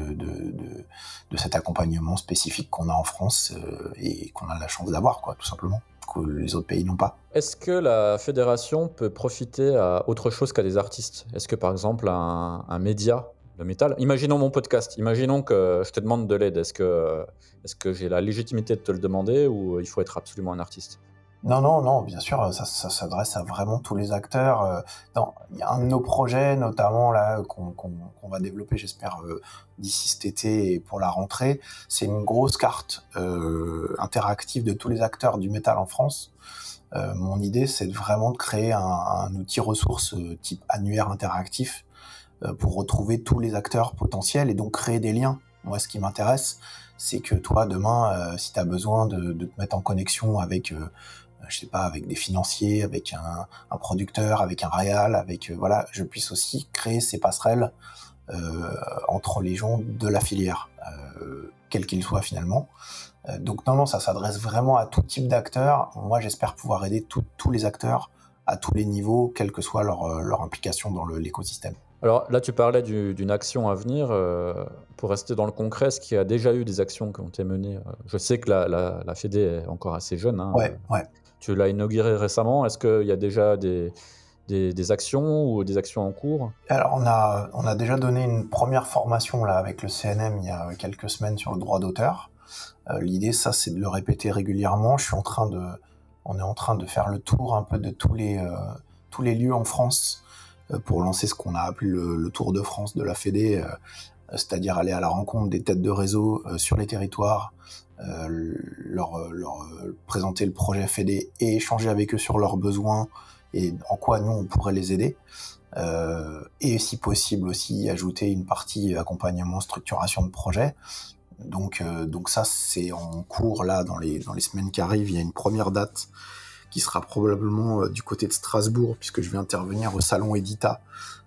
de cet accompagnement spécifique qu'on a en France, et qu'on a la chance d'avoir, quoi, tout simplement, que les autres pays n'ont pas. Est-ce que la fédération peut profiter à autre chose qu'à des artistes? Est-ce que, par exemple, un média de métal, imaginons mon podcast, imaginons que je te demande de l'aide, est-ce que j'ai la légitimité de te le demander, ou il faut être absolument un artiste? Non, bien sûr, ça s'adresse à vraiment tous les acteurs. Il y a un de nos projets, notamment là, qu'on va développer, j'espère, d'ici cet été et pour la rentrée. C'est une grosse carte interactive de tous les acteurs du métal en France. Mon idée, c'est vraiment de créer un outil ressource type annuaire interactif, pour retrouver tous les acteurs potentiels et donc créer des liens. Moi, ce qui m'intéresse, c'est que toi, demain, si tu as besoin de te mettre en connexion avec je sais pas, avec des financiers, avec un producteur, avec un réal, voilà, je puisse aussi créer ces passerelles entre les gens de la filière, quels qu'ils soient finalement. Donc non, ça s'adresse vraiment à tout type d'acteurs. Moi, j'espère pouvoir aider tous les acteurs à tous les niveaux, quelle que soit leur implication dans l'écosystème. Alors là, tu parlais d'une action à venir. Pour rester dans le concret, est-ce qu'il y a déjà eu des actions qui ont été menées? Je sais que la Fédé est encore assez jeune, hein. Ouais. Tu l'as inaugurée récemment. Est-ce qu'il y a déjà des actions ou des actions en cours? Alors on a déjà donné une première formation là avec le CNM il y a quelques semaines sur le droit d'auteur. L'idée, ça, c'est de le répéter régulièrement. On est en train de faire le tour un peu de tous les lieux en France, pour lancer ce qu'on a appelé le Tour de France de la Fédé, c'est-à-dire aller à la rencontre des têtes de réseau sur les territoires, leur présenter le projet Fédé et échanger avec eux sur leurs besoins et en quoi nous on pourrait les aider, et si possible aussi ajouter une partie accompagnement, structuration de projet. Donc ça, c'est en cours là dans les semaines qui arrivent. Il y a une première date qui sera probablement du côté de Strasbourg, puisque je vais intervenir au salon Edita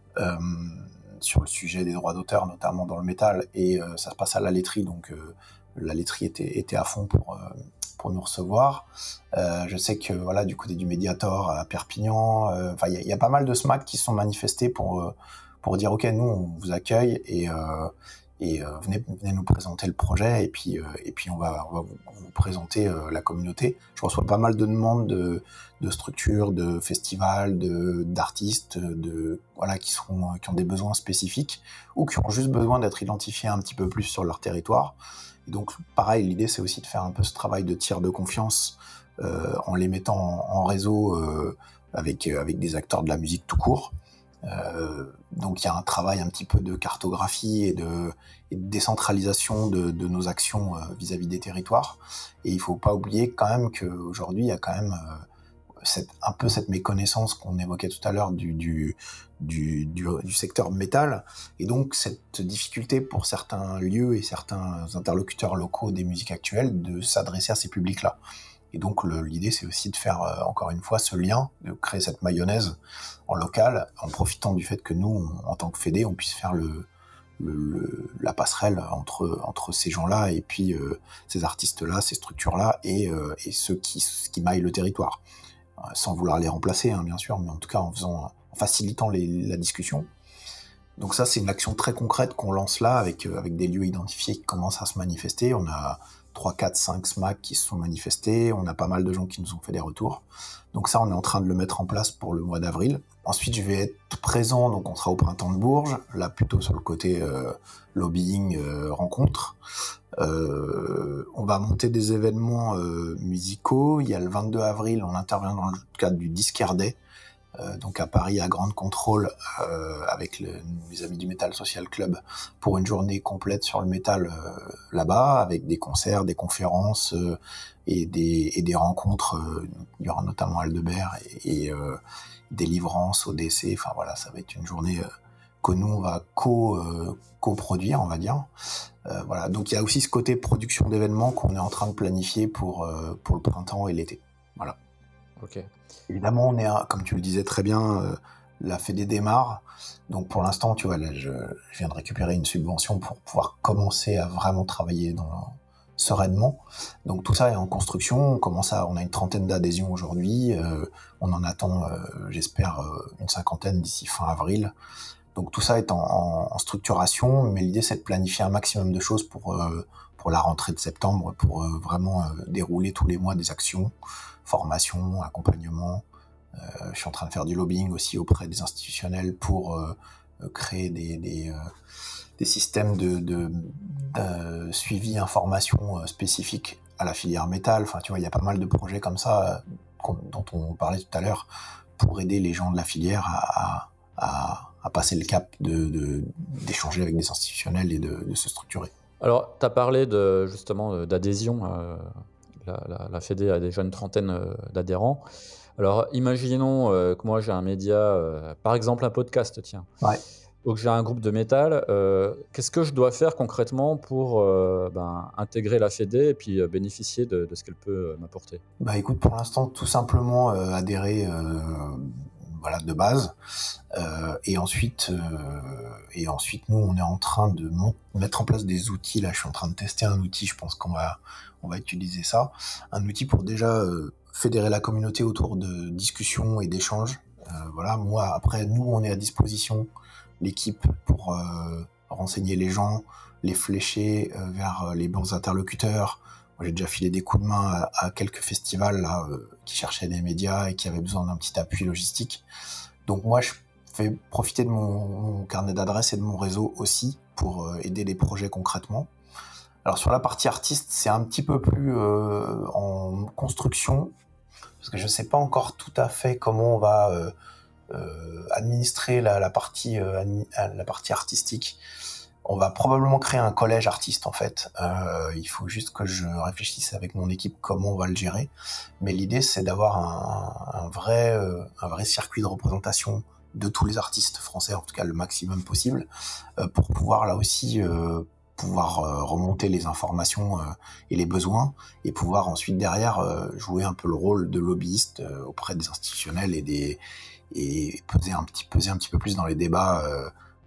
sur le sujet des droits d'auteur, notamment dans le métal, et ça se passe à la laiterie, donc la laiterie était à fond pour pour nous recevoir. Je sais que voilà, du côté du Mediator à Perpignan, il y a pas mal de SMAC qui se sont manifestés pour dire ok, nous on vous accueille et venez nous présenter le projet et puis on va vous présenter la communauté. Je reçois pas mal de demandes de structures, de festivals, d'artistes, qui ont des besoins spécifiques ou qui ont juste besoin d'être identifiés un petit peu plus sur leur territoire. Et donc pareil, l'idée c'est aussi de faire un peu ce travail de tiers de confiance en les mettant en réseau avec des acteurs de la musique tout court. Donc il y a un travail un petit peu de cartographie et de décentralisation de nos actions vis-à-vis des territoires. Et il faut pas oublier quand même qu'aujourd'hui il y a quand même un peu cette méconnaissance qu'on évoquait tout à l'heure du secteur métal, et donc cette difficulté pour certains lieux et certains interlocuteurs locaux des musiques actuelles de s'adresser à ces publics-là. Et donc l'idée c'est aussi de faire encore une fois ce lien, de créer cette mayonnaise en local, en profitant du fait que nous, en tant que fédé, on puisse faire la passerelle entre ces gens-là et puis ces artistes-là, ces structures-là et ceux qui maillent le territoire. Sans vouloir les remplacer, bien sûr, mais en tout cas en facilitant la discussion. Donc ça, c'est une action très concrète qu'on lance là, avec des lieux identifiés qui commencent à se manifester. On a 3, 4, 5 SMAC qui se sont manifestés, on a pas mal de gens qui nous ont fait des retours. Donc ça, on est en train de le mettre en place pour le mois d'avril. Ensuite, je vais être présent, donc on sera au Printemps de Bourges, là plutôt sur le côté lobbying, rencontre. On va monter des événements musicaux. Il y a le 22 avril, on intervient dans le cadre du Disquaire Day, donc à Paris, à Grande Contrôle, avec mes amis du Metal Social Club, pour une journée complète sur le métal là-bas, avec des concerts, des conférences et des rencontres. Il y aura notamment Aldebert et Délivrance, ODC. Enfin voilà, ça va être une journée que nous on va coproduire, on va dire. Voilà, donc il y a aussi ce côté production d'événements qu'on est en train de planifier pour le printemps et l'été. Voilà. Ok. Évidemment, on est, comme tu le disais très bien, la Fédé démarre. Donc pour l'instant, tu vois, là, je viens de récupérer une subvention pour pouvoir commencer à vraiment travailler sereinement. Donc tout ça est en construction. On a une trentaine d'adhésions aujourd'hui. On en attend, j'espère, une cinquantaine d'ici fin avril. Donc tout ça est en structuration, mais l'idée c'est de planifier un maximum de choses pour la rentrée de septembre, pour vraiment dérouler tous les mois des actions, formation, accompagnement. Je suis en train de faire du lobbying aussi auprès des institutionnels pour créer des systèmes de suivi information spécifiques à la filière métal. Enfin, tu vois, il y a pas mal de projets comme ça dont on parlait tout à l'heure pour aider les gens de la filière à passer le cap d'échanger avec des institutionnels et de se structurer. Alors, tu as parlé justement d'adhésion. La Fédé a déjà une trentaine d'adhérents. Alors, imaginons que moi j'ai un média, par exemple un podcast, tiens. Ouais. Donc j'ai un groupe de métal. Qu'est-ce que je dois faire concrètement pour intégrer la Fédé et puis bénéficier de ce qu'elle peut m'apporter ? Bah écoute, pour l'instant, tout simplement adhérer de base. Et ensuite, nous, on est en train de mettre en place des outils. Là, je suis en train de tester un outil. Je pense qu'on va utiliser ça. Un outil pour déjà fédérer la communauté autour de discussions et d'échanges. Moi, après, nous, on est à disposition, l'équipe, pour renseigner les gens, les flécher vers les bons interlocuteurs. Moi, j'ai déjà filé des coups de main à quelques festivals là, qui cherchaient des médias et qui avaient besoin d'un petit appui logistique. Donc moi, je fais profiter de mon carnet d'adresses et de mon réseau aussi pour aider les projets concrètement. Alors sur la partie artiste, c'est un petit peu plus en construction, parce que je ne sais pas encore tout à fait comment on va administrer la partie artistique. On va probablement créer un collège artiste en fait. Il faut juste que je réfléchisse avec mon équipe comment on va le gérer. Mais l'idée c'est d'avoir un vrai circuit de représentation de tous les artistes français, en tout cas le maximum possible, pour pouvoir là aussi remonter les informations et les besoins, et pouvoir ensuite derrière jouer un peu le rôle de lobbyiste auprès des institutionnels et peser un petit peu plus dans les débats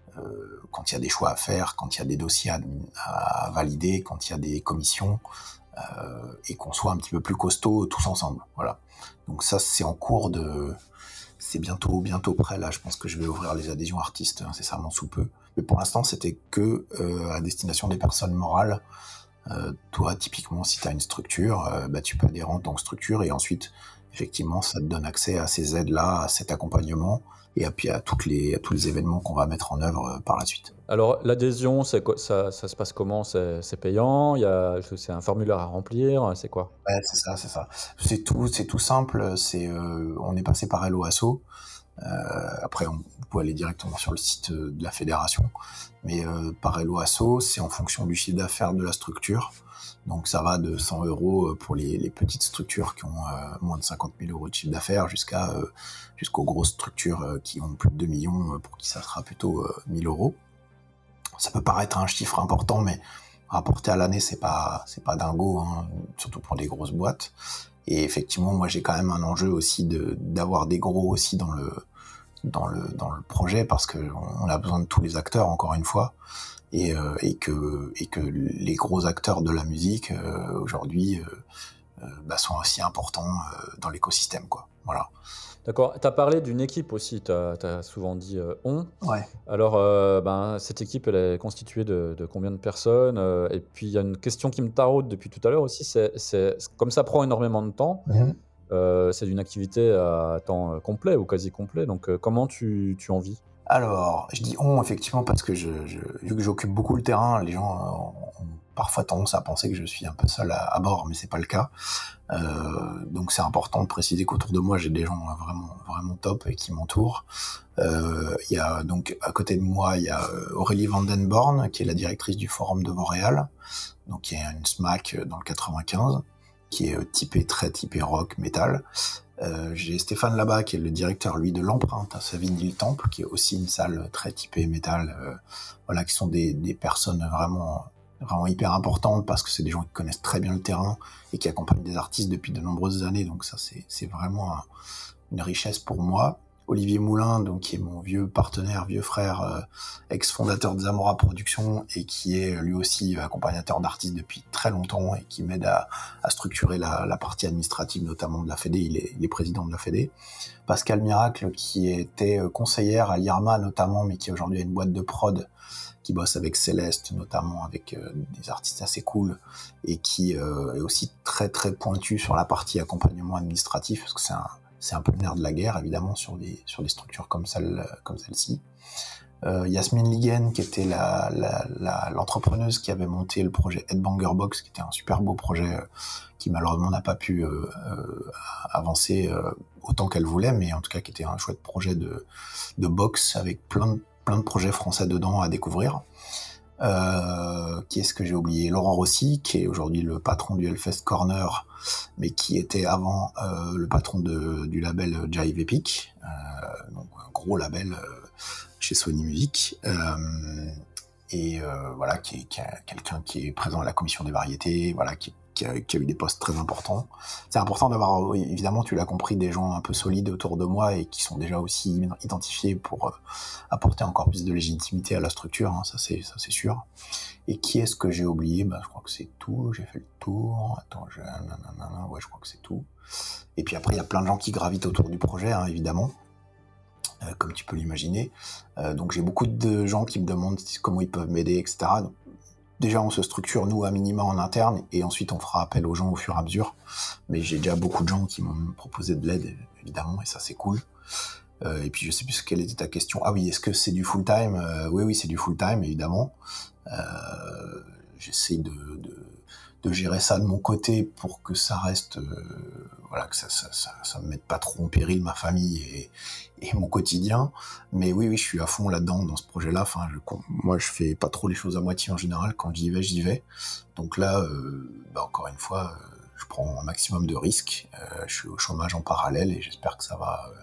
quand il y a des choix à faire, quand il y a des dossiers à valider, quand il y a des commissions. et qu'on soit un petit peu plus costaud tous ensemble. Voilà. Donc ça, c'est en cours c'est bientôt prêt là. Je pense que je vais ouvrir les adhésions artistes incessamment sous peu. Mais pour l'instant, c'était que à destination des personnes morales. Toi, typiquement, si tu as une structure, tu peux adhérer en tant que structure et ensuite, effectivement, ça te donne accès à ces aides-là, à cet accompagnement et puis à tous les événements qu'on va mettre en œuvre par la suite. Alors, l'adhésion, ça se passe comment? C'est payant? C'est un formulaire à remplir? C'est quoi? Ouais, c'est ça, c'est ça. C'est tout simple. On est passé par Hello Asso. Après, vous pouvez aller directement sur le site de la fédération. Mais par Hello Asso, c'est en fonction du chiffre d'affaires de la structure. Donc ça va de 100 € pour les petites structures qui ont moins de 50 000 € de chiffre d'affaires jusqu'aux grosses structures qui ont plus de 2 millions, pour qui ça sera plutôt 1 000 €. Ça peut paraître un chiffre important, mais rapporté à l'année, c'est pas dingo, hein, surtout pour des grosses boîtes. Et effectivement, moi, j'ai quand même un enjeu aussi d'avoir des gros aussi dans le projet, parce que on a besoin de tous les acteurs, encore une fois, et que les gros acteurs de la musique aujourd'hui sont aussi importants dans l'écosystème, quoi. Voilà. D'accord. Tu as parlé d'une équipe aussi, tu as souvent dit on. Ouais. Alors, cette équipe, elle est constituée de combien de personnes? Et puis, il y a une question qui me taraude depuis tout à l'heure aussi, comme ça prend énormément de temps, c'est une activité à temps complet ou quasi complet. Donc, comment tu en vis? Alors, je dis on effectivement parce que vu que j'occupe beaucoup le terrain, les gens ont parfois tendance à penser que je suis un peu seul à bord, mais c'est pas le cas. Donc c'est important de préciser qu'autour de moi j'ai des gens vraiment vraiment top et qui m'entourent. Il y a donc à côté de moi il y a Aurélie Vandenborn qui est la directrice du Forum de Montréal, donc qui est une SMAC dans le 95, qui est très typé rock, métal. J'ai Stéphane Labat qui est le directeur lui de l'Empreinte à Savigny-le-Temple, qui est aussi une salle très typée métal, voilà, qui sont des personnes vraiment hyper importantes parce que c'est des gens qui connaissent très bien le terrain et qui accompagnent des artistes depuis de nombreuses années, donc ça c'est vraiment une richesse pour moi. Olivier Moulin, donc qui est mon vieux partenaire, vieux frère, ex-fondateur de Zamora Productions et qui est lui aussi accompagnateur d'artistes depuis très longtemps et qui m'aide à structurer la partie administrative notamment de la Fédé. Il est président de la Fédé. Pascal Miracle qui était conseillère à l'IRMA notamment, mais qui aujourd'hui a une boîte de prod qui bosse avec Céleste notamment, avec des artistes assez cool et qui est aussi très très pointu sur la partie accompagnement administratif, parce que c'est un peu le nerf de la guerre, évidemment, sur des structures comme celle-ci. Yasmine Liguen, qui était l'entrepreneuse qui avait monté le projet Headbanger Box, qui était un super beau projet qui malheureusement n'a pas pu avancer autant qu'elle voulait, mais en tout cas qui était un chouette projet de box avec plein de projets français dedans à découvrir. Qui est-ce que j'ai oublié? Laurent Rossi, qui est aujourd'hui le patron du Hellfest Corner, mais qui était avant le patron du label Jive Epic, donc un gros label chez Sony Music, et voilà, qui est quelqu'un qui est présent à la commission des variétés, voilà, qui a eu des postes très importants. C'est important d'avoir, évidemment, tu l'as compris, des gens un peu solides autour de moi et qui sont déjà aussi identifiés pour apporter encore plus de légitimité à la structure, hein, ça c'est sûr. Et qui est-ce que j'ai oublié? Je crois que c'est tout, j'ai fait le tour. Attends, ouais, je crois que c'est tout. Et puis après, il y a plein de gens qui gravitent autour du projet, hein, évidemment, comme tu peux l'imaginer. Donc j'ai beaucoup de gens qui me demandent comment ils peuvent m'aider, etc. Donc, déjà, on se structure, nous, à minima en interne, et ensuite, on fera appel aux gens au fur et à mesure. Mais j'ai déjà beaucoup de gens qui m'ont proposé de l'aide, évidemment, et ça, c'est cool. Et puis, je sais plus quelle était ta question. Ah oui, est-ce que c'est du full-time? Oui, c'est du full-time, évidemment. J'essaie de gérer ça de mon côté pour que ça reste... voilà, que ça me mette pas trop en péril ma famille et mon quotidien. Mais oui, je suis à fond là-dedans, dans ce projet-là. Enfin, moi, je fais pas trop les choses à moitié en général. Quand j'y vais. Donc là, encore une fois, je prends un maximum de risques. Je suis au chômage en parallèle et j'espère que ça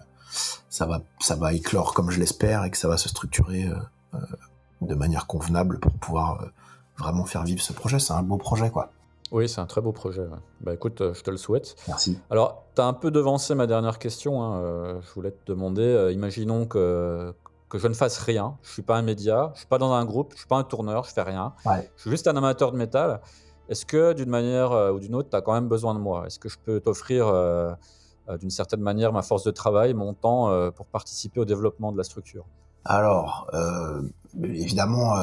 va éclore comme je l'espère et que ça va se structurer de manière convenable pour pouvoir vraiment faire vivre ce projet. C'est un beau projet, quoi. Oui, c'est un très beau projet, ouais. Écoute, je te le souhaite. Merci. Alors, tu as un peu devancé ma dernière question, hein, je voulais te demander, imaginons que je ne fasse rien, je suis pas un média, je suis pas dans un groupe, je suis pas un tourneur, je fais rien. Ouais. Je suis juste un amateur de métal. Est-ce que d'une manière, ou d'une autre, tu as quand même besoin de moi? Est-ce que je peux t'offrir, d'une certaine manière ma force de travail, mon temps, pour participer au développement de la structure? Alors, évidemment,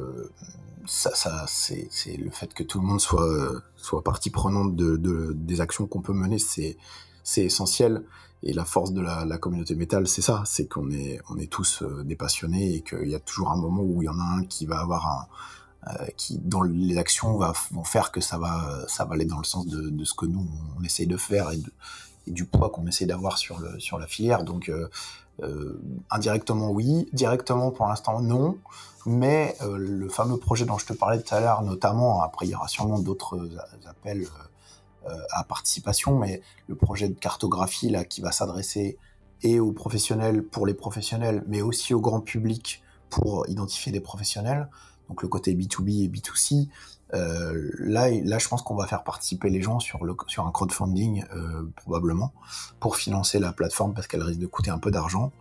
ça c'est le fait que tout le monde soit partie prenante des actions qu'on peut mener, c'est essentiel. Et la force de la communauté métal, c'est ça, c'est on est tous des passionnés et qu'il y a toujours un moment où il y en a un qui va avoir qui dans les actions vont faire que ça va aller dans le sens de ce que nous on essaye de faire et du poids qu'on essaie d'avoir sur la filière. Donc indirectement oui, directement pour l'instant non, mais le fameux projet dont je te parlais tout à l'heure, notamment, après il y aura sûrement d'autres appels à participation, mais le projet de cartographie là qui va s'adresser et aux professionnels pour les professionnels, mais aussi au grand public pour identifier des professionnels, donc le côté B2B et B2C. Là, je pense qu'on va faire participer les gens sur un crowdfunding probablement pour financer la plateforme parce qu'elle risque de coûter un peu d'argent.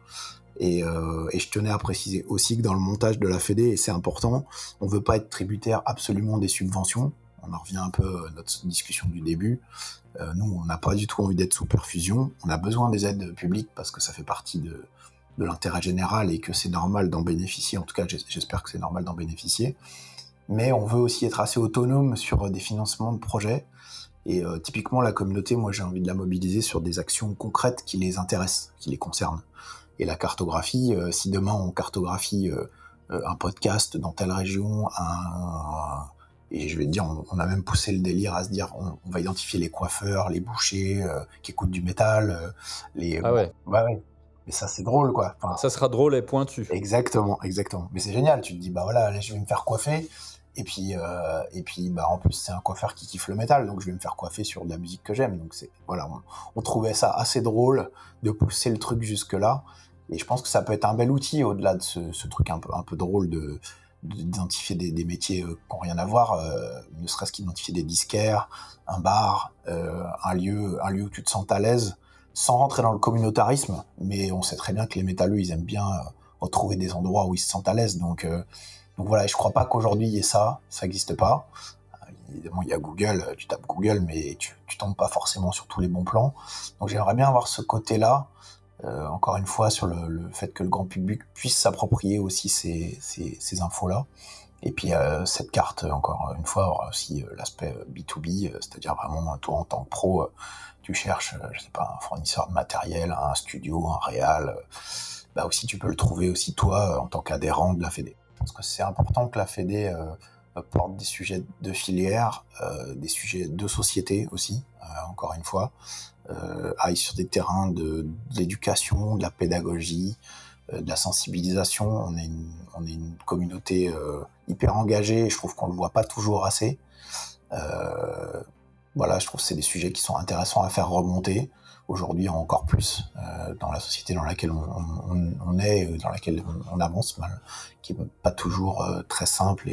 Et je tenais à préciser aussi que dans le montage de la Fédé, et c'est important, on veut pas être tributaire absolument des subventions. On en revient un peu à notre discussion du début. Nous, on n'a pas du tout envie d'être sous perfusion. On a besoin des aides publiques parce que ça fait partie de l'intérêt général et que c'est normal d'en bénéficier. En tout cas, j'espère que c'est normal d'en bénéficier. Mais on veut aussi être assez autonome sur des financements de projets. Et typiquement, la communauté, moi, j'ai envie de la mobiliser sur des actions concrètes qui les intéressent, qui les concernent. Et la cartographie, si demain on cartographie un podcast dans telle région, et je vais te dire, on a même poussé le délire à se dire, on va identifier les coiffeurs, les bouchers qui écoutent du métal, les... Ah ouais, Ouais. Mais ça, c'est drôle, quoi. Enfin, ça sera drôle et pointu. exactement. Mais c'est génial. Tu te dis, bah voilà, là, je vais me faire coiffer. Et puis, bah, en plus, c'est un coiffeur qui kiffe le métal, donc je vais me faire coiffer sur de la musique que j'aime. Donc voilà, on trouvait ça assez drôle de pousser le truc jusque là. Et je pense que ça peut être un bel outil au-delà de ce truc un peu drôle d'identifier des métiers qui n'ont rien à voir, ne serait-ce qu'identifier des disquaires, un bar, un lieu où tu te sens à l'aise, sans rentrer dans le communautarisme. Mais on sait très bien que les métalleux, ils aiment bien retrouver des endroits où ils se sentent à l'aise. Donc voilà, et je crois pas qu'aujourd'hui il y ait ça n'existe pas. Évidemment, il y a Google, tu tapes Google, mais tu tombes pas forcément sur tous les bons plans. Donc j'aimerais bien avoir ce côté-là, encore une fois, sur le fait que le grand public puisse s'approprier aussi ces infos-là. Et puis cette carte, encore une fois, aura aussi l'aspect B2B, c'est-à-dire vraiment, toi en tant que pro, tu cherches, je sais pas, un fournisseur de matériel, un studio, un réal, bah aussi tu peux le trouver aussi toi en tant qu'adhérent de la Fédé. Je pense que c'est important que la Fédé porte des sujets de filière, des sujets de société aussi, encore une fois, aille sur des terrains de l'éducation, de la pédagogie, de la sensibilisation. On est une communauté hyper engagée et je trouve qu'on le voit pas toujours assez. Voilà, je trouve que c'est des sujets qui sont intéressants à faire remonter aujourd'hui encore plus dans la société dans laquelle on est, dans laquelle on avance mal, qui est pas toujours très simple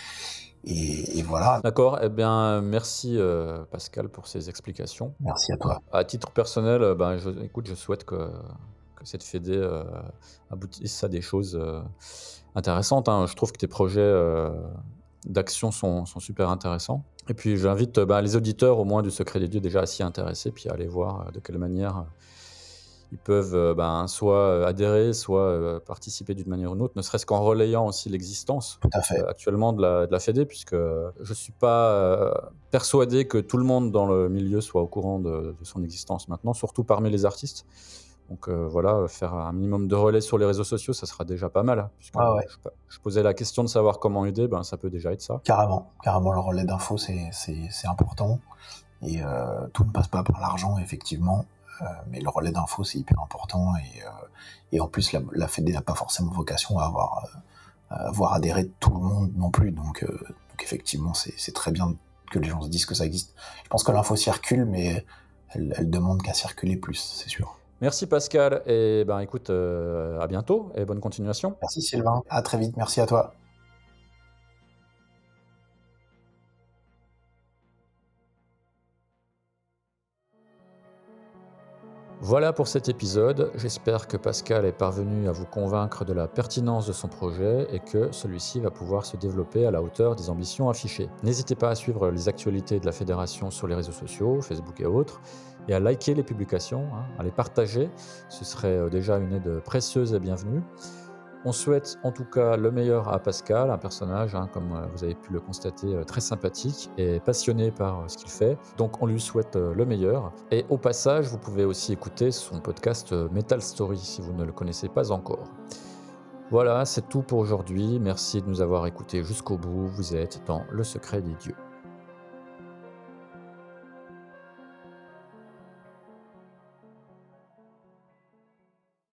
et voilà. D'accord, eh bien, merci, Pascal pour ces explications. Merci à toi. À titre personnel, ben, écoute, je souhaite que cette fédé, aboutisse à des choses, intéressantes, hein. Je trouve que tes projets, d'action sont super intéressants et puis j'invite, bah, les auditeurs au moins du Secret des Dieux déjà à s'y intéresser, puis à aller voir, de quelle manière, ils peuvent, ben, soit, adhérer, soit, participer d'une manière ou d'une autre, ne serait-ce qu'en relayant aussi l'existence, Tout à fait. actuellement de la fédé puisque, je suis pas, persuadé que tout le monde dans le milieu soit au courant de son existence maintenant, surtout parmi les artistes. Donc, voilà, faire un minimum de relais sur les réseaux sociaux, ça sera déjà pas mal, hein, puisque Ouais, ouais. je posais la question de savoir comment aider, ben, ça peut déjà être ça. Carrément. Le relais d'infos, c'est important. Et tout ne passe pas par l'argent, effectivement. Mais le relais d'infos, c'est hyper important. Et en plus, la Fédé n'a pas forcément vocation à avoir adhéré tout le monde non plus. Donc effectivement, c'est très bien que les gens se disent que ça existe. Je pense que l'info circule, mais elle demande qu'à circuler plus, c'est sûr. Merci Pascal et ben, écoute, à bientôt et bonne continuation. Merci Sylvain. À très vite. Merci à toi. Voilà pour cet épisode. J'espère que Pascal est parvenu à vous convaincre de la pertinence de son projet et que celui-ci va pouvoir se développer à la hauteur des ambitions affichées. N'hésitez pas à suivre les actualités de la fédération sur les réseaux sociaux, Facebook et autres, et à liker les publications, à les partager. Ce serait déjà une aide précieuse et bienvenue. On souhaite en tout cas le meilleur à Pascal, un personnage, comme vous avez pu le constater, très sympathique et passionné par ce qu'il fait. Donc on lui souhaite le meilleur. Et au passage, vous pouvez aussi écouter son podcast Metal Story si vous ne le connaissez pas encore. Voilà, c'est tout pour aujourd'hui. Merci de nous avoir écoutés jusqu'au bout. Vous êtes dans le secret des dieux.